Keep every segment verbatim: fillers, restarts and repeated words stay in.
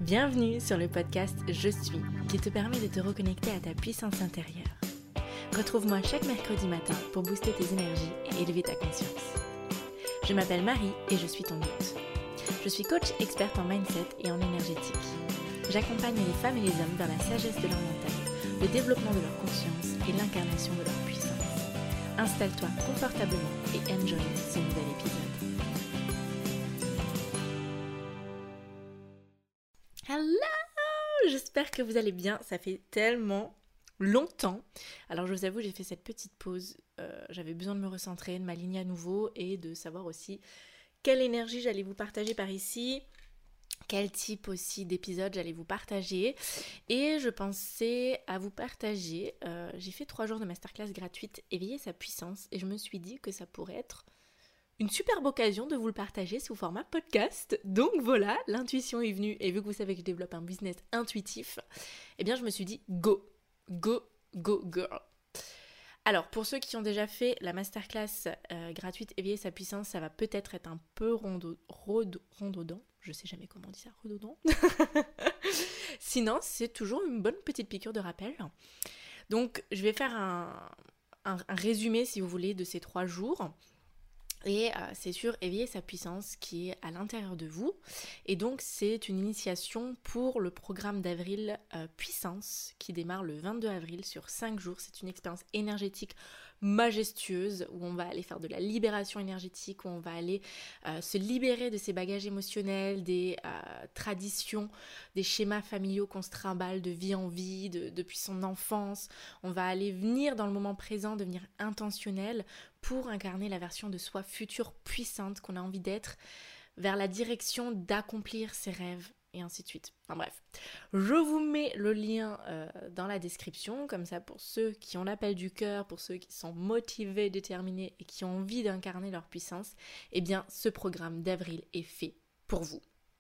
Bienvenue sur le podcast Je suis, qui te permet de te reconnecter à ta puissance intérieure. Retrouve-moi chaque mercredi matin pour booster tes énergies et élever ta conscience. Je m'appelle Marie et je suis ton hôte. Je suis coach experte en mindset et en énergétique. J'accompagne les femmes et les hommes vers la sagesse de leur mental, le développement de leur conscience et l'incarnation de leur puissance. Installe-toi confortablement et enjoy ce nouvel épisode. Hello! J'espère que vous allez bien, ça fait tellement longtemps. Alors je vous avoue, j'ai fait cette petite pause, euh, j'avais besoin de me recentrer, de m'aligner à nouveau et de savoir aussi quelle énergie j'allais vous partager par ici, quel type aussi d'épisode j'allais vous partager. Et je pensais à vous partager, euh, j'ai fait trois jours de masterclass gratuite, éveiller sa puissance, et je me suis dit que ça pourrait être une superbe occasion de vous le partager sous format podcast. Donc voilà, l'intuition est venue, et vu que vous savez que je développe un business intuitif, eh bien je me suis dit go, go, go girl. Alors pour ceux qui ont déjà fait la masterclass euh, gratuite éveiller sa puissance, ça va peut-être être un peu rondo, rodo, rondodant, je sais jamais comment on dit ça, redondant. Sinon c'est toujours une bonne petite piqûre de rappel. Donc je vais faire un, un, un résumé si vous voulez de ces trois jours. Et euh, c'est sur éveiller sa puissance qui est à l'intérieur de vous. Et donc c'est une initiation pour le programme d'avril euh, Puissance qui démarre le vingt-deux avril sur cinq jours. C'est une expérience énergétique majestueuse où on va aller faire de la libération énergétique, où on va aller euh, se libérer de ses bagages émotionnels, des euh, traditions, des schémas familiaux qu'on se trimballe de vie en vie, de, depuis son enfance. On va aller venir dans le moment présent, devenir intentionnel pour incarner la version de soi future puissante qu'on a envie d'être, vers la direction d'accomplir ses rêves, et ainsi de suite. Enfin bref, je vous mets le lien euh, dans la description, comme ça pour ceux qui ont l'appel du cœur, pour ceux qui sont motivés, déterminés et qui ont envie d'incarner leur puissance, eh bien ce programme d'avril est fait pour vous.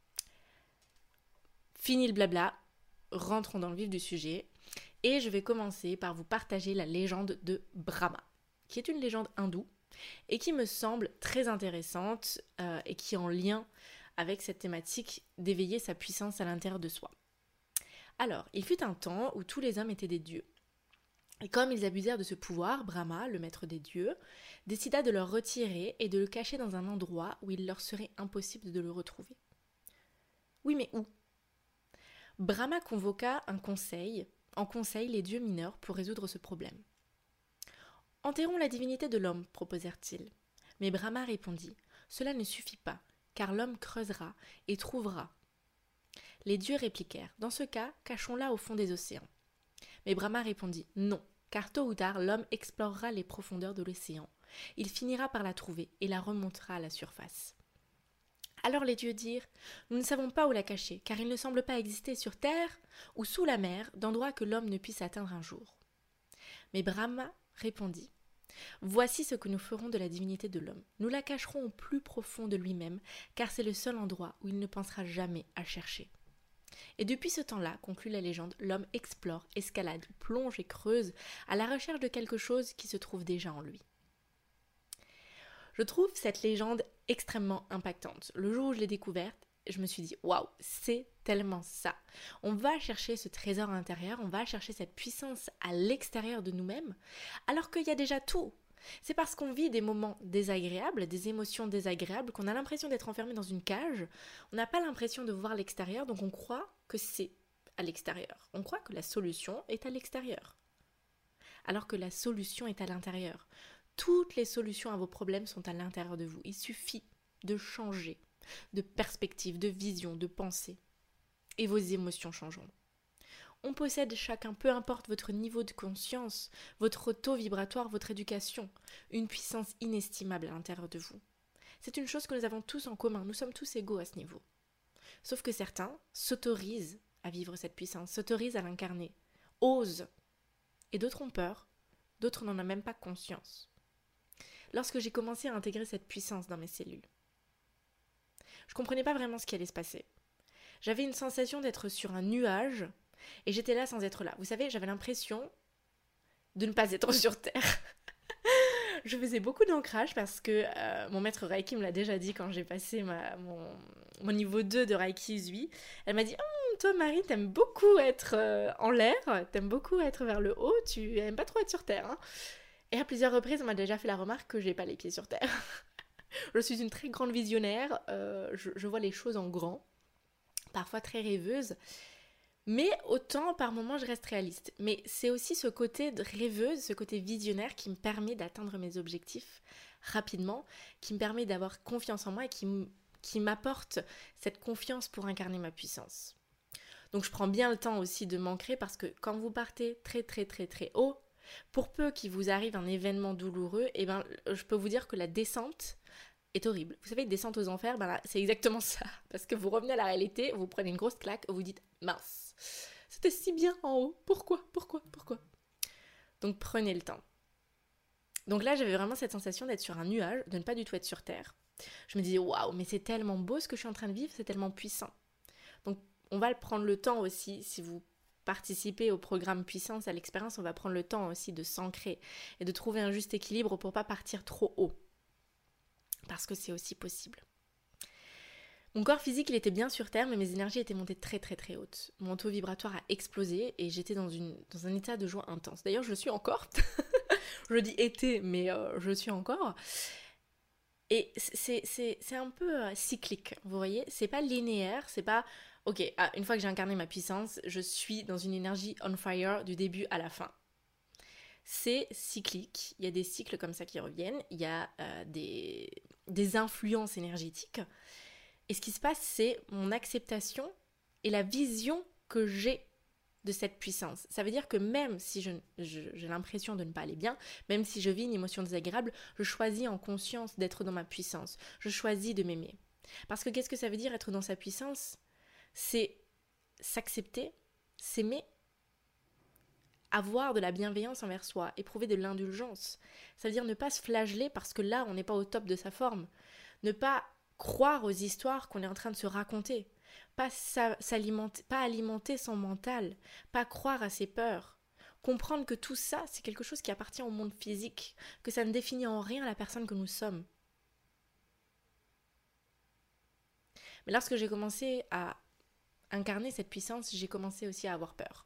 Fini le blabla, rentrons dans le vif du sujet, et je vais commencer par vous partager la légende de Brahma, qui est une légende hindoue, et qui me semble très intéressante euh, et qui est en lien avec cette thématique d'éveiller sa puissance à l'intérieur de soi. Alors, il fut un temps où tous les hommes étaient des dieux. Et comme ils abusèrent de ce pouvoir, Brahma, le maître des dieux, décida de leur retirer et de le cacher dans un endroit où il leur serait impossible de le retrouver. Oui, mais où ? Brahma convoqua un conseil, en conseil les dieux mineurs pour résoudre ce problème. « Enterrons la divinité de l'homme, proposèrent-ils. Mais Brahma répondit, « Cela ne suffit pas, car l'homme creusera et trouvera. » Les dieux répliquèrent, « Dans ce cas, cachons-la au fond des océans. » Mais Brahma répondit, « Non, car tôt ou tard, l'homme explorera les profondeurs de l'océan. Il finira par la trouver et la remontera à la surface. » Alors les dieux dirent, « Nous ne savons pas où la cacher, car il ne semble pas exister sur terre ou sous la mer d'endroit que l'homme ne puisse atteindre un jour. » Mais Brahma répondit, « Voici ce que nous ferons de la divinité de l'homme. Nous la cacherons au plus profond de lui-même, car c'est le seul endroit où il ne pensera jamais à chercher. » Et depuis ce temps-là, conclut la légende, l'homme explore, escalade, plonge et creuse à la recherche de quelque chose qui se trouve déjà en lui. Je trouve cette légende extrêmement impactante. Le jour où je l'ai découverte, je me suis dit, waouh, c'est tellement ça. On va chercher ce trésor intérieur, on va chercher cette puissance à l'extérieur de nous-mêmes, alors qu'il y a déjà tout. C'est parce qu'on vit des moments désagréables, des émotions désagréables, qu'on a l'impression d'être enfermé dans une cage. On n'a pas l'impression de voir l'extérieur, donc on croit que c'est à l'extérieur. On croit que la solution est à l'extérieur, alors que la solution est à l'intérieur. Toutes les solutions à vos problèmes sont à l'intérieur de vous. Il suffit de changer de perspective, de vision, de pensée. Et vos émotions changeront. On possède chacun, peu importe votre niveau de conscience, votre taux vibratoire, votre éducation, une puissance inestimable à l'intérieur de vous. C'est une chose que nous avons tous en commun, nous sommes tous égaux à ce niveau. Sauf que certains s'autorisent à vivre cette puissance, s'autorisent à l'incarner, osent. Et d'autres ont peur, d'autres n'en ont même pas conscience. Lorsque j'ai commencé à intégrer cette puissance dans mes cellules, je comprenais pas vraiment ce qui allait se passer. J'avais une sensation d'être sur un nuage et j'étais là sans être là. Vous savez, j'avais l'impression de ne pas être sur Terre. Je faisais beaucoup d'ancrage parce que euh, mon maître Reiki me l'a déjà dit quand j'ai passé ma, mon, mon niveau deux de Reiki Usui. Elle m'a dit oh, toi Marie, t'aimes beaucoup être euh, en l'air, t'aimes beaucoup être vers le haut, tu aimes pas trop être sur terre. Hein. Et à plusieurs reprises, on m'a déjà fait la remarque que j'ai pas les pieds sur terre. Je suis une très grande visionnaire, euh, je, je vois les choses en grand, parfois très rêveuse, mais autant par moments je reste réaliste. Mais c'est aussi ce côté de rêveuse, ce côté visionnaire qui me permet d'atteindre mes objectifs rapidement, qui me permet d'avoir confiance en moi et qui, m- qui m'apporte cette confiance pour incarner ma puissance. Donc je prends bien le temps aussi de m'ancrer parce que quand vous partez très très très très haut, pour peu qu'il vous arrive un événement douloureux, eh ben, je peux vous dire que la descente est horrible. Vous savez, descente aux enfers, ben là, c'est exactement ça. Parce que vous revenez à la réalité, vous prenez une grosse claque, vous dites « mince, c'était si bien en haut, pourquoi, pourquoi, pourquoi ?» Donc prenez le temps. Donc là, j'avais vraiment cette sensation d'être sur un nuage, de ne pas du tout être sur terre. Je me disais « waouh, mais c'est tellement beau ce que je suis en train de vivre, c'est tellement puissant. » Donc on va prendre le temps aussi, si vous participer au programme Puissance, à l'expérience, on va prendre le temps aussi de s'ancrer et de trouver un juste équilibre pour pas partir trop haut. Parce que c'est aussi possible. Mon corps physique, il était bien sur terre, mais mes énergies étaient montées très très très hautes. Mon taux vibratoire a explosé et j'étais dans, une, dans un état de joie intense. D'ailleurs, je le suis encore. Je dis été, mais euh, je le suis encore. Et c'est, c'est, c'est un peu euh, cyclique, vous voyez. C'est pas linéaire, c'est pas... Ok, ah, une fois que j'ai incarné ma puissance, je suis dans une énergie on fire du début à la fin. C'est cyclique, il y a des cycles comme ça qui reviennent, il y a euh, des, des influences énergétiques. Et ce qui se passe, c'est mon acceptation et la vision que j'ai de cette puissance. Ça veut dire que même si je, je, j'ai l'impression de ne pas aller bien, même si je vis une émotion désagréable, je choisis en conscience d'être dans ma puissance. Je choisis de m'aimer. Parce que qu'est-ce que ça veut dire être dans sa puissance ? C'est s'accepter, s'aimer, avoir de la bienveillance envers soi, éprouver de l'indulgence. Ça veut dire ne pas se flageller parce que là, on n'est pas au top de sa forme. Ne pas croire aux histoires qu'on est en train de se raconter. Pas, s'alimenter, pas alimenter son mental. Pas croire à ses peurs. Comprendre que tout ça, c'est quelque chose qui appartient au monde physique. Que ça ne définit en rien la personne que nous sommes. Mais lorsque j'ai commencé à incarner cette puissance, j'ai commencé aussi à avoir peur.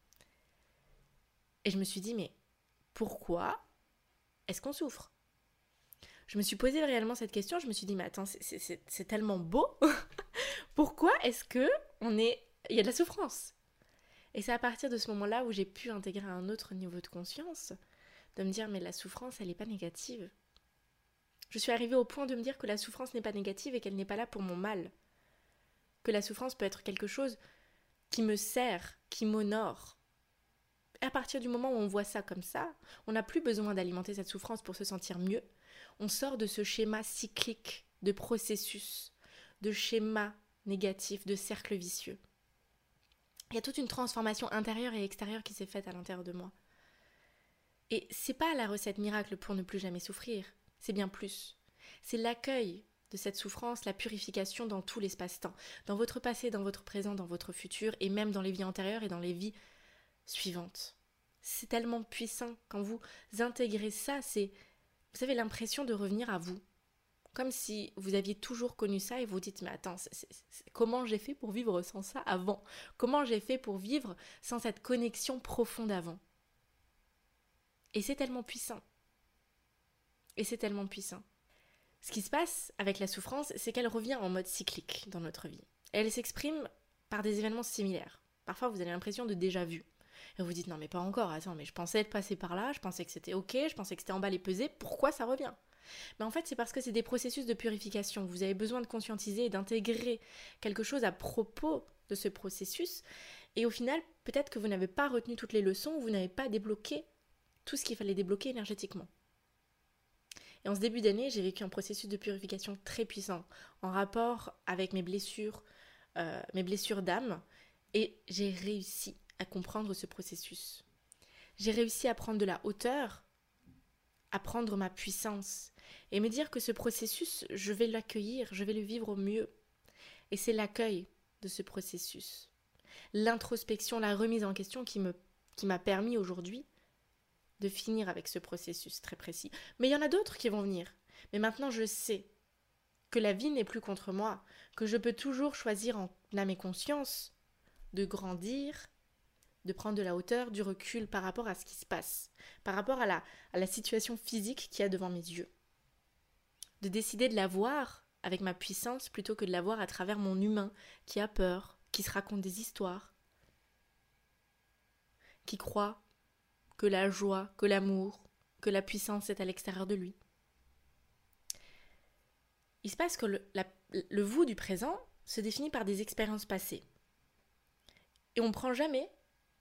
Et je me suis dit, mais pourquoi est-ce qu'on souffre ? Je me suis posé réellement cette question, je me suis dit, mais attends, c'est, c'est, c'est, c'est tellement beau. Pourquoi est-ce que on est... il y a de la souffrance ? Et c'est à partir de ce moment-là où j'ai pu intégrer un autre niveau de conscience, de me dire, mais la souffrance, elle n'est pas négative. Je suis arrivée au point de me dire que la souffrance n'est pas négative et qu'elle n'est pas là pour mon mal. Que la souffrance peut être quelque chose qui me sert, qui m'honore. Et à partir du moment où on voit ça comme ça, on n'a plus besoin d'alimenter cette souffrance pour se sentir mieux. On sort de ce schéma cyclique de processus, de schéma négatif, de cercle vicieux. Il y a toute une transformation intérieure et extérieure qui s'est faite à l'intérieur de moi. Et c'est pas la recette miracle pour ne plus jamais souffrir, c'est bien plus. C'est l'accueil de cette souffrance, la purification dans tout l'espace-temps, dans votre passé, dans votre présent, dans votre futur, et même dans les vies antérieures et dans les vies suivantes. C'est tellement puissant. Quand vous intégrez ça, c'est, vous avez l'impression de revenir à vous. Comme si vous aviez toujours connu ça et vous dites, mais attends, c'est, c'est, c'est, comment j'ai fait pour vivre sans ça avant ? Comment j'ai fait pour vivre sans cette connexion profonde avant ? Et c'est tellement puissant. Et c'est tellement puissant. Ce qui se passe avec la souffrance, c'est qu'elle revient en mode cyclique dans notre vie. Elle s'exprime par des événements similaires. Parfois, vous avez l'impression de déjà vu. Et vous vous dites, non mais pas encore, attends, mais je pensais être passé par là, je pensais que c'était ok, je pensais que c'était emballé pesé, pourquoi ça revient ? Mais en fait, c'est parce que c'est des processus de purification. Vous avez besoin de conscientiser et d'intégrer quelque chose à propos de ce processus. Et au final, peut-être que vous n'avez pas retenu toutes les leçons, ou vous n'avez pas débloqué tout ce qu'il fallait débloquer énergétiquement. Et en ce début d'année, j'ai vécu un processus de purification très puissant, en rapport avec mes blessures, euh, mes blessures d'âme, et j'ai réussi à comprendre ce processus. J'ai réussi à prendre de la hauteur, à prendre ma puissance, et me dire que ce processus, je vais l'accueillir, je vais le vivre au mieux. Et c'est l'accueil de ce processus, l'introspection, la remise en question qui me, qui m'a permis aujourd'hui de finir avec ce processus très précis. Mais il y en a d'autres qui vont venir. Mais maintenant, je sais que la vie n'est plus contre moi, que je peux toujours choisir en âme et conscience de grandir, de prendre de la hauteur, du recul par rapport à ce qui se passe, par rapport à la, à la situation physique qu'il y a devant mes yeux. De décider de la voir avec ma puissance plutôt que de la voir à travers mon humain qui a peur, qui se raconte des histoires, qui croit que la joie, que l'amour, que la puissance est à l'extérieur de lui. Il se passe que le, la, le vous du présent se définit par des expériences passées. Et on ne prend jamais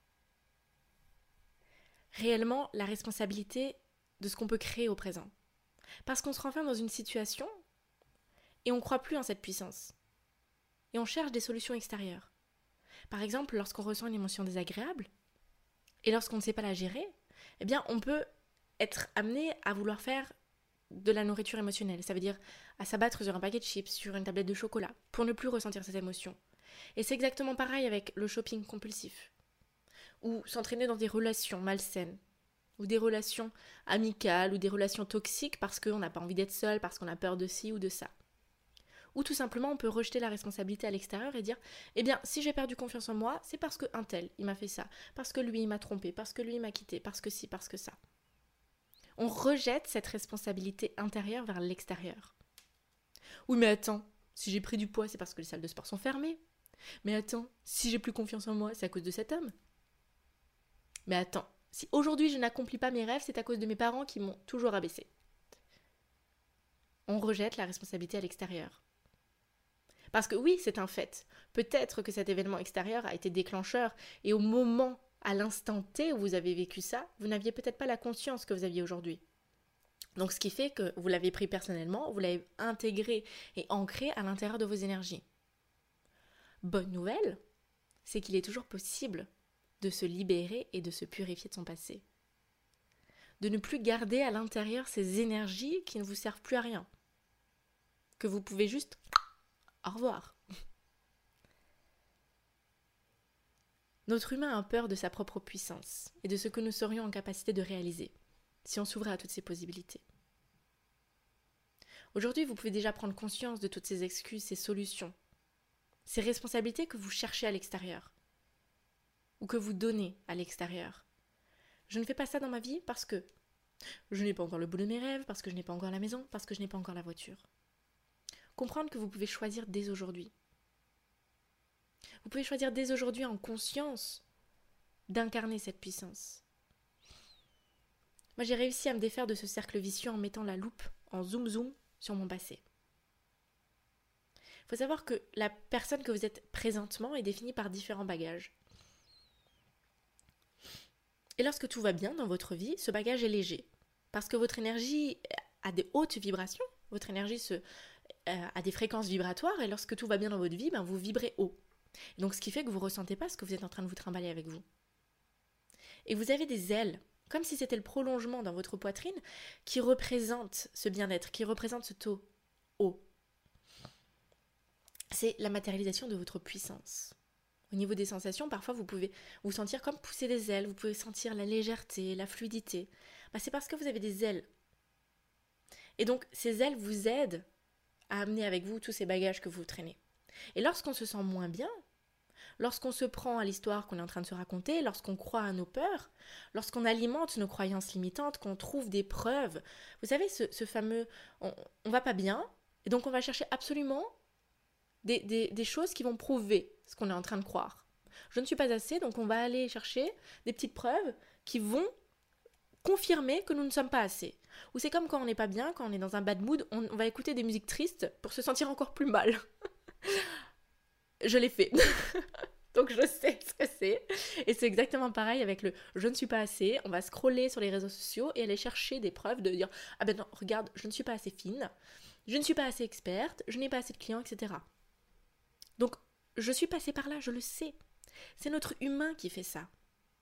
réellement la responsabilité de ce qu'on peut créer au présent. Parce qu'on se renferme dans une situation et on ne croit plus en cette puissance. Et on cherche des solutions extérieures. Par exemple, lorsqu'on ressent une émotion désagréable et lorsqu'on ne sait pas la gérer, eh bien on peut être amené à vouloir faire de la nourriture émotionnelle. Ça veut dire à s'abattre sur un paquet de chips, sur une tablette de chocolat, pour ne plus ressentir cette émotion. Et c'est exactement pareil avec le shopping compulsif. Ou s'entraîner dans des relations malsaines, ou des relations amicales, ou des relations toxiques parce qu'on n'a pas envie d'être seul, parce qu'on a peur de ci ou de ça. Ou tout simplement, on peut rejeter la responsabilité à l'extérieur et dire « Eh bien, si j'ai perdu confiance en moi, c'est parce qu'un tel, il m'a fait ça, parce que lui, il m'a trompé, parce que lui, il m'a quitté, parce que ci, parce que ça. » On rejette cette responsabilité intérieure vers l'extérieur. Oui, mais attends, si j'ai pris du poids, c'est parce que les salles de sport sont fermées. Mais attends, si j'ai plus confiance en moi, c'est à cause de cet homme. Mais attends, si aujourd'hui je n'accomplis pas mes rêves, c'est à cause de mes parents qui m'ont toujours abaissé. On rejette la responsabilité à l'extérieur. Parce que oui, c'est un fait. Peut-être que cet événement extérieur a été déclencheur et au moment, à l'instant T où vous avez vécu ça, vous n'aviez peut-être pas la conscience que vous aviez aujourd'hui. Donc ce qui fait que vous l'avez pris personnellement, vous l'avez intégré et ancré à l'intérieur de vos énergies. Bonne nouvelle, c'est qu'il est toujours possible de se libérer et de se purifier de son passé. De ne plus garder à l'intérieur ces énergies qui ne vous servent plus à rien. Que vous pouvez juste... Au revoir. Notre humain a peur de sa propre puissance et de ce que nous serions en capacité de réaliser si on s'ouvrait à toutes ces possibilités. Aujourd'hui, vous pouvez déjà prendre conscience de toutes ces excuses, ces solutions, ces responsabilités que vous cherchez à l'extérieur ou que vous donnez à l'extérieur. Je ne fais pas ça dans ma vie parce que je n'ai pas encore le bout de mes rêves, parce que je n'ai pas encore la maison, parce que je n'ai pas encore la voiture. Comprendre que vous pouvez choisir dès aujourd'hui. Vous pouvez choisir dès aujourd'hui en conscience d'incarner cette puissance. Moi, j'ai réussi à me défaire de ce cercle vicieux en mettant la loupe en zoom zoom sur mon passé. Il faut savoir que la personne que vous êtes présentement est définie par différents bagages. Et lorsque tout va bien dans votre vie, ce bagage est léger. Parce que votre énergie a des hautes vibrations, votre énergie se, euh, a des fréquences vibratoires, et lorsque tout va bien dans votre vie, ben, vous vibrez haut. Et donc ce qui fait que vous ne ressentez pas ce que vous êtes en train de vous trimballer avec vous. Et vous avez des ailes, comme si c'était le prolongement dans votre poitrine, qui représente ce bien-être, qui représente ce taux haut. C'est la matérialisation de votre puissance. Au niveau des sensations, parfois vous pouvez vous sentir comme pousser des ailes, vous pouvez sentir la légèreté, la fluidité. Ben, c'est parce que vous avez des ailes. Et donc ces ailes vous aident à amener avec vous tous ces bagages que vous traînez. Et lorsqu'on se sent moins bien, lorsqu'on se prend à l'histoire qu'on est en train de se raconter, lorsqu'on croit à nos peurs, lorsqu'on alimente nos croyances limitantes, qu'on trouve des preuves, vous savez ce, ce fameux on, on va pas bien, et donc on va chercher absolument des, des, des choses qui vont prouver ce qu'on est en train de croire. Je ne suis pas assez, donc on va aller chercher des petites preuves qui vont confirmer que nous ne sommes pas assez. Ou c'est comme quand on n'est pas bien, quand on est dans un bad mood, on, on va écouter des musiques tristes pour se sentir encore plus mal. Je l'ai fait. Donc je sais ce que c'est. Et c'est exactement pareil avec le « je ne suis pas assez ». On va scroller sur les réseaux sociaux et aller chercher des preuves de dire « ah ben non, regarde, je ne suis pas assez fine, je ne suis pas assez experte, je n'ai pas assez de clients, et cetera » Donc je suis passée par là, je le sais. C'est notre humain qui fait ça.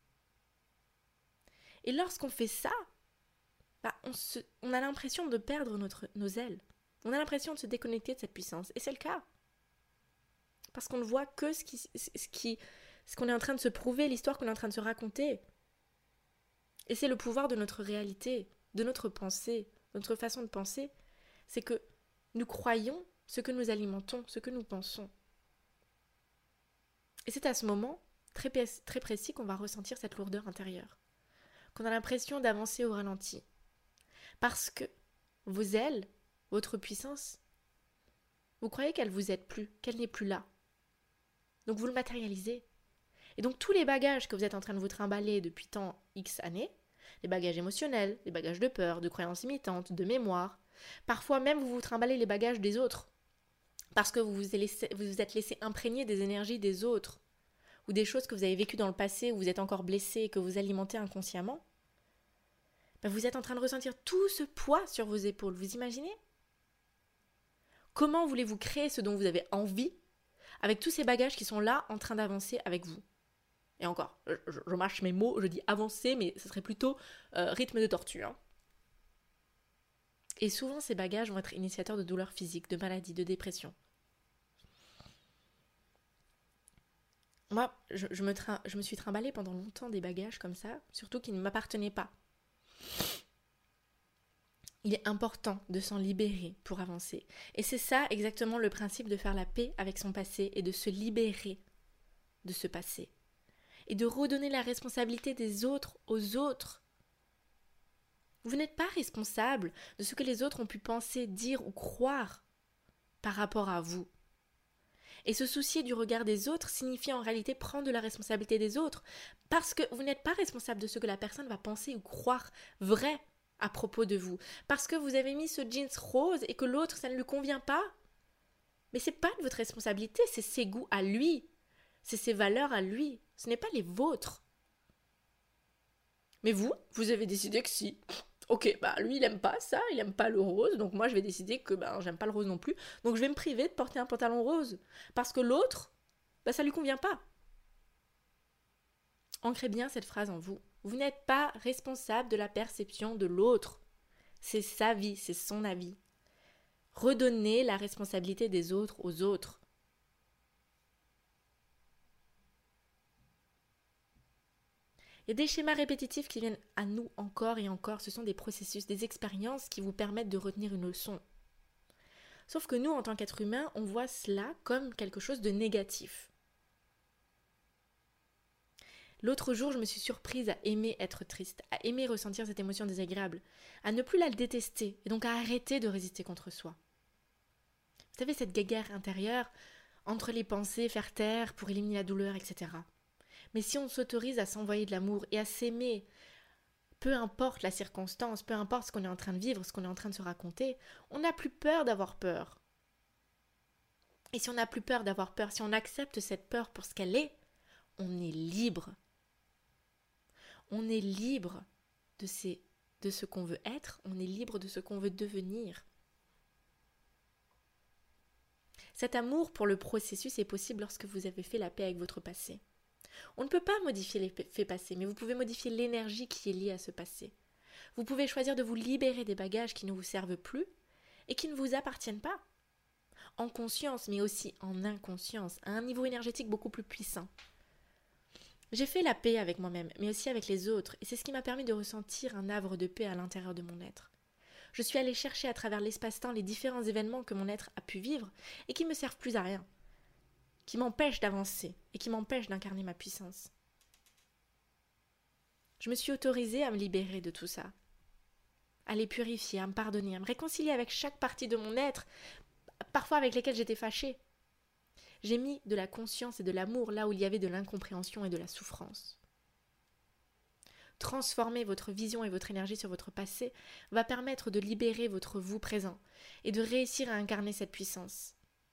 Et lorsqu'on fait ça, bah on, se, on a l'impression de perdre notre, nos ailes. On a l'impression de se déconnecter de cette puissance. Et c'est le cas. Parce qu'on ne voit que ce, qui, ce, qui, ce qu'on est en train de se prouver, l'histoire qu'on est en train de se raconter. Et c'est le pouvoir de notre réalité, de notre pensée, de notre façon de penser. C'est que nous croyons ce que nous alimentons, ce que nous pensons. Et c'est à ce moment, très, très précis, qu'on va ressentir cette lourdeur intérieure. Qu'on a l'impression d'avancer au ralenti. Parce que vos ailes, votre puissance, vous croyez qu'elle vous aide plus, qu'elle n'est plus là. Donc vous le matérialisez. Et donc tous les bagages que vous êtes en train de vous trimballer depuis tant X années, les bagages émotionnels, les bagages de peur, de croyances limitantes, de mémoire, parfois même vous vous trimballez les bagages des autres, parce que vous vous êtes laissé, vous vous êtes laissé imprégner des énergies des autres, ou des choses que vous avez vécues dans le passé, où vous êtes encore blessé et que vous alimentez inconsciemment. Ben vous êtes en train de ressentir tout ce poids sur vos épaules, vous imaginez ? Comment voulez-vous créer ce dont vous avez envie avec tous ces bagages qui sont là en train d'avancer avec vous ? Et encore, je, je mâche mes mots, je dis avancer, mais ce serait plutôt euh, rythme de tortue. Hein. Et souvent, ces bagages vont être initiateurs de douleurs physiques, de maladies, de dépression. Moi, je, je, me tra- je me suis trimballée pendant longtemps des bagages comme ça, surtout qui ne m'appartenaient pas. Il est important de s'en libérer pour avancer. Et c'est ça exactement le principe de faire la paix avec son passé et de se libérer de ce passé. Et de redonner la responsabilité des autres aux autres. Vous n'êtes pas responsable de ce que les autres ont pu penser, dire ou croire par rapport à vous. Et se soucier du regard des autres signifie en réalité prendre de la responsabilité des autres, parce que vous n'êtes pas responsable de ce que la personne va penser ou croire vrai à propos de vous. Parce que vous avez mis ce jeans rose et que l'autre, ça ne lui convient pas. Mais c'est pas de votre responsabilité, c'est ses goûts à lui. C'est ses valeurs à lui. Ce n'est pas les vôtres. Mais vous, vous avez décidé que si. Ok, bah lui il aime pas ça, il aime pas le rose, donc moi je vais décider que bah, j'aime pas le rose non plus, donc je vais me priver de porter un pantalon rose, parce que l'autre, bah ça lui convient pas. Ancrez bien cette phrase en vous. Vous n'êtes pas responsable de la perception de l'autre. C'est sa vie, c'est son avis. Redonnez la responsabilité des autres aux autres. Il y a des schémas répétitifs qui viennent à nous encore et encore. Ce sont des processus, des expériences qui vous permettent de retenir une leçon. Sauf que nous, en tant qu'êtres humains, on voit cela comme quelque chose de négatif. L'autre jour, je me suis surprise à aimer être triste, à aimer ressentir cette émotion désagréable, à ne plus la détester et donc à arrêter de résister contre soi. Vous savez, cette guéguerre intérieure entre les pensées, faire taire pour éliminer la douleur, et cetera. Mais si on s'autorise à s'envoyer de l'amour et à s'aimer, peu importe la circonstance, peu importe ce qu'on est en train de vivre, ce qu'on est en train de se raconter, on n'a plus peur d'avoir peur. Et si on n'a plus peur d'avoir peur, si on accepte cette peur pour ce qu'elle est, on est libre. On est libre de, ces, de ce qu'on veut être, on est libre de ce qu'on veut devenir. Cet amour pour le processus est possible lorsque vous avez fait la paix avec votre passé. On ne peut pas modifier les faits passés, mais vous pouvez modifier l'énergie qui est liée à ce passé. Vous pouvez choisir de vous libérer des bagages qui ne vous servent plus et qui ne vous appartiennent pas. En conscience, mais aussi en inconscience, à un niveau énergétique beaucoup plus puissant. J'ai fait la paix avec moi-même, mais aussi avec les autres, et c'est ce qui m'a permis de ressentir un havre de paix à l'intérieur de mon être. Je suis allée chercher à travers l'espace-temps les différents événements que mon être a pu vivre et qui ne me servent plus à rien, qui m'empêchent d'avancer et qui m'empêchent d'incarner ma puissance. Je me suis autorisée à me libérer de tout ça, à les purifier, à me pardonner, à me réconcilier avec chaque partie de mon être, parfois avec lesquelles j'étais fâchée. J'ai mis de la conscience et de l'amour là où il y avait de l'incompréhension et de la souffrance. Transformer votre vision et votre énergie sur votre passé va permettre de libérer votre vous présent et de réussir à incarner cette puissance.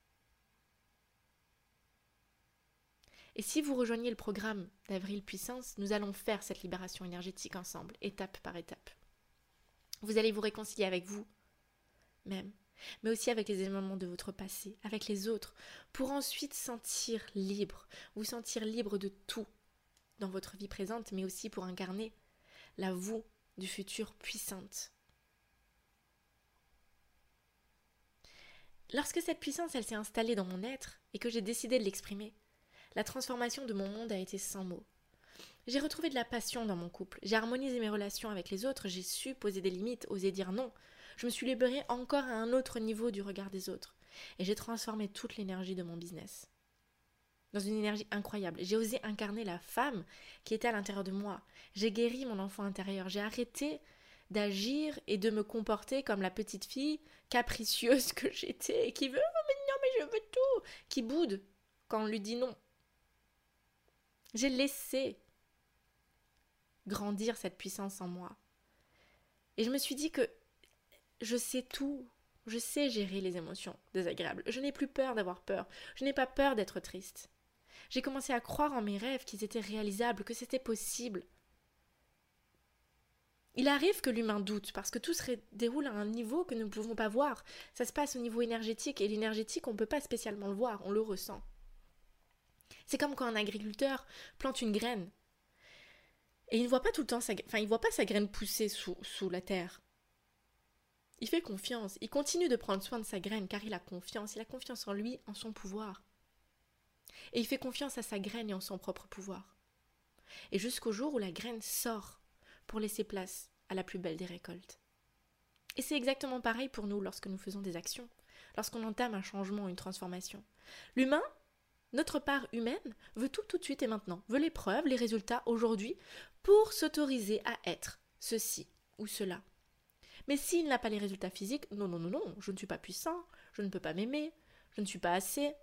Et si vous rejoignez le programme d'Avril Puissance, nous allons faire cette libération énergétique ensemble, étape par étape. Vous allez vous réconcilier avec vous, même, mais aussi avec les événements de votre passé, avec les autres, pour ensuite sentir libre, vous sentir libre de tout dans votre vie présente, mais aussi pour incarner la vous du futur puissante. Lorsque cette puissance, elle s'est installée dans mon être et que j'ai décidé de l'exprimer, la transformation de mon monde a été sans mots. J'ai retrouvé de la passion dans mon couple, j'ai harmonisé mes relations avec les autres, j'ai su poser des limites, oser dire non. Je me suis libérée encore à un autre niveau du regard des autres et j'ai transformé toute l'énergie de mon business. dans une énergie incroyable. J'ai osé incarner la femme qui était à l'intérieur de moi. J'ai guéri mon enfant intérieur. J'ai arrêté d'agir et de me comporter comme la petite fille capricieuse que j'étais et qui veut « Oh mais non, mais je veux tout !» qui boude quand on lui dit non. J'ai laissé grandir cette puissance en moi. Et je me suis dit que je sais tout. Je sais gérer les émotions désagréables. Je n'ai plus peur d'avoir peur. Je n'ai pas peur d'être triste. J'ai commencé à croire en mes rêves qu'ils étaient réalisables, que c'était possible. Il arrive que l'humain doute, parce que tout se déroule à un niveau que nous ne pouvons pas voir. Ça se passe au niveau énergétique, et l'énergétique, on ne peut pas spécialement le voir, on le ressent. C'est comme quand un agriculteur plante une graine, et il ne voit pas tout le temps sa, enfin, il voit pas sa graine pousser sous, sous la terre. Il fait confiance, il continue de prendre soin de sa graine, car il a confiance, il a confiance en lui, en son pouvoir. Et il fait confiance à sa graine et en son propre pouvoir. Et jusqu'au jour où la graine sort pour laisser place à la plus belle des récoltes. Et c'est exactement pareil pour nous lorsque nous faisons des actions, lorsqu'on entame un changement, une transformation. L'humain, notre part humaine, veut tout tout de suite et maintenant, veut les preuves, les résultats aujourd'hui pour s'autoriser à être ceci ou cela. Mais s'il n'a pas les résultats physiques, non, non, non, non, je ne suis pas puissant, je ne peux pas m'aimer, je ne suis pas assez.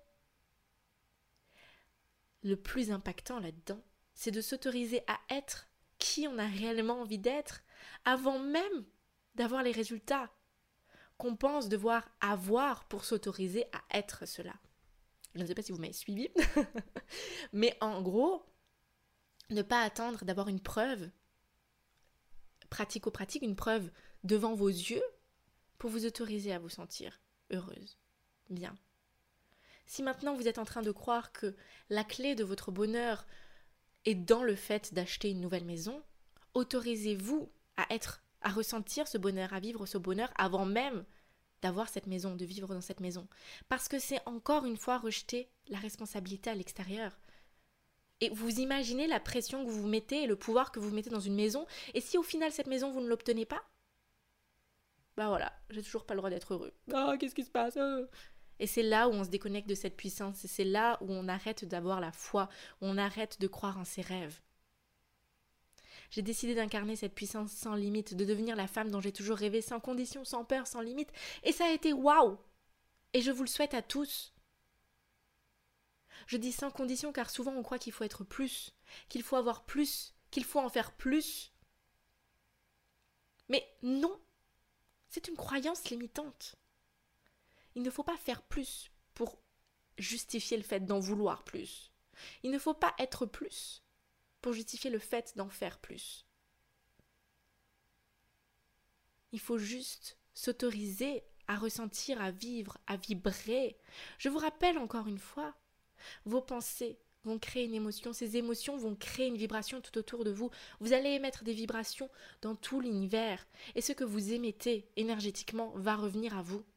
Le plus impactant là-dedans, c'est de s'autoriser à être qui on a réellement envie d'être avant même d'avoir les résultats qu'on pense devoir avoir pour s'autoriser à être cela. Je ne sais pas si vous m'avez suivi, mais en gros, ne pas attendre d'avoir une preuve, pratico-pratique, une preuve devant vos yeux pour vous autoriser à vous sentir heureuse, bien. Si maintenant vous êtes en train de croire que la clé de votre bonheur est dans le fait d'acheter une nouvelle maison, autorisez-vous à être, à ressentir ce bonheur, à vivre ce bonheur avant même d'avoir cette maison, de vivre dans cette maison. Parce que c'est encore une fois rejeter la responsabilité à l'extérieur. Et vous imaginez la pression que vous vous mettez et le pouvoir que vous mettez dans une maison, et si au final cette maison vous ne l'obtenez pas, bah voilà, j'ai toujours pas le droit d'être heureux. Ah, qu'est-ce qui se passe ? Et c'est là où on se déconnecte de cette puissance, et c'est là où on arrête d'avoir la foi, où on arrête de croire en ses rêves. J'ai décidé d'incarner cette puissance sans limite, de devenir la femme dont j'ai toujours rêvé, sans condition, sans peur, sans limite. Et ça a été waouh! Et je vous le souhaite à tous. Je dis sans condition car souvent on croit qu'il faut être plus, qu'il faut avoir plus, qu'il faut en faire plus. Mais non, c'est une croyance limitante. Il ne faut pas faire plus pour justifier le fait d'en vouloir plus. Il ne faut pas être plus pour justifier le fait d'en faire plus. Il faut juste s'autoriser à ressentir, à vivre, à vibrer. Je vous rappelle encore une fois, vos pensées vont créer une émotion, ces émotions vont créer une vibration tout autour de vous. Vous allez émettre des vibrations dans tout l'univers, et ce que vous émettez énergétiquement va revenir à vous.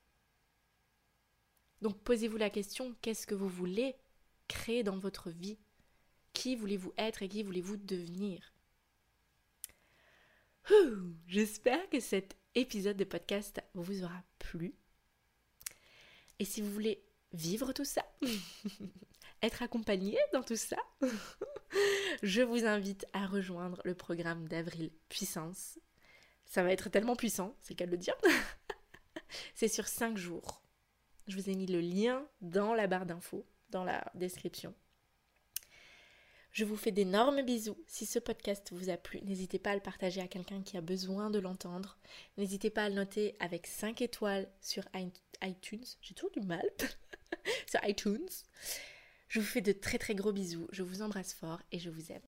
Donc posez-vous la question, qu'est-ce que vous voulez créer dans votre vie ? Qui voulez-vous être et qui voulez-vous devenir ? Ouh, j'espère que cet épisode de podcast vous aura plu. Et si vous voulez vivre tout ça, être accompagné dans tout ça, je vous invite à rejoindre le programme d'Avril Puissance. Ça va être tellement puissant, c'est le cas de le dire. C'est sur cinq jours. Je vous ai mis le lien dans la barre d'infos, dans la description. Je vous fais d'énormes bisous. Si ce podcast vous a plu, n'hésitez pas à le partager à quelqu'un qui a besoin de l'entendre. N'hésitez pas à le noter avec cinq étoiles sur iTunes. J'ai toujours du mal. Sur iTunes. Je vous fais de très très gros bisous. Je vous embrasse fort et je vous aime.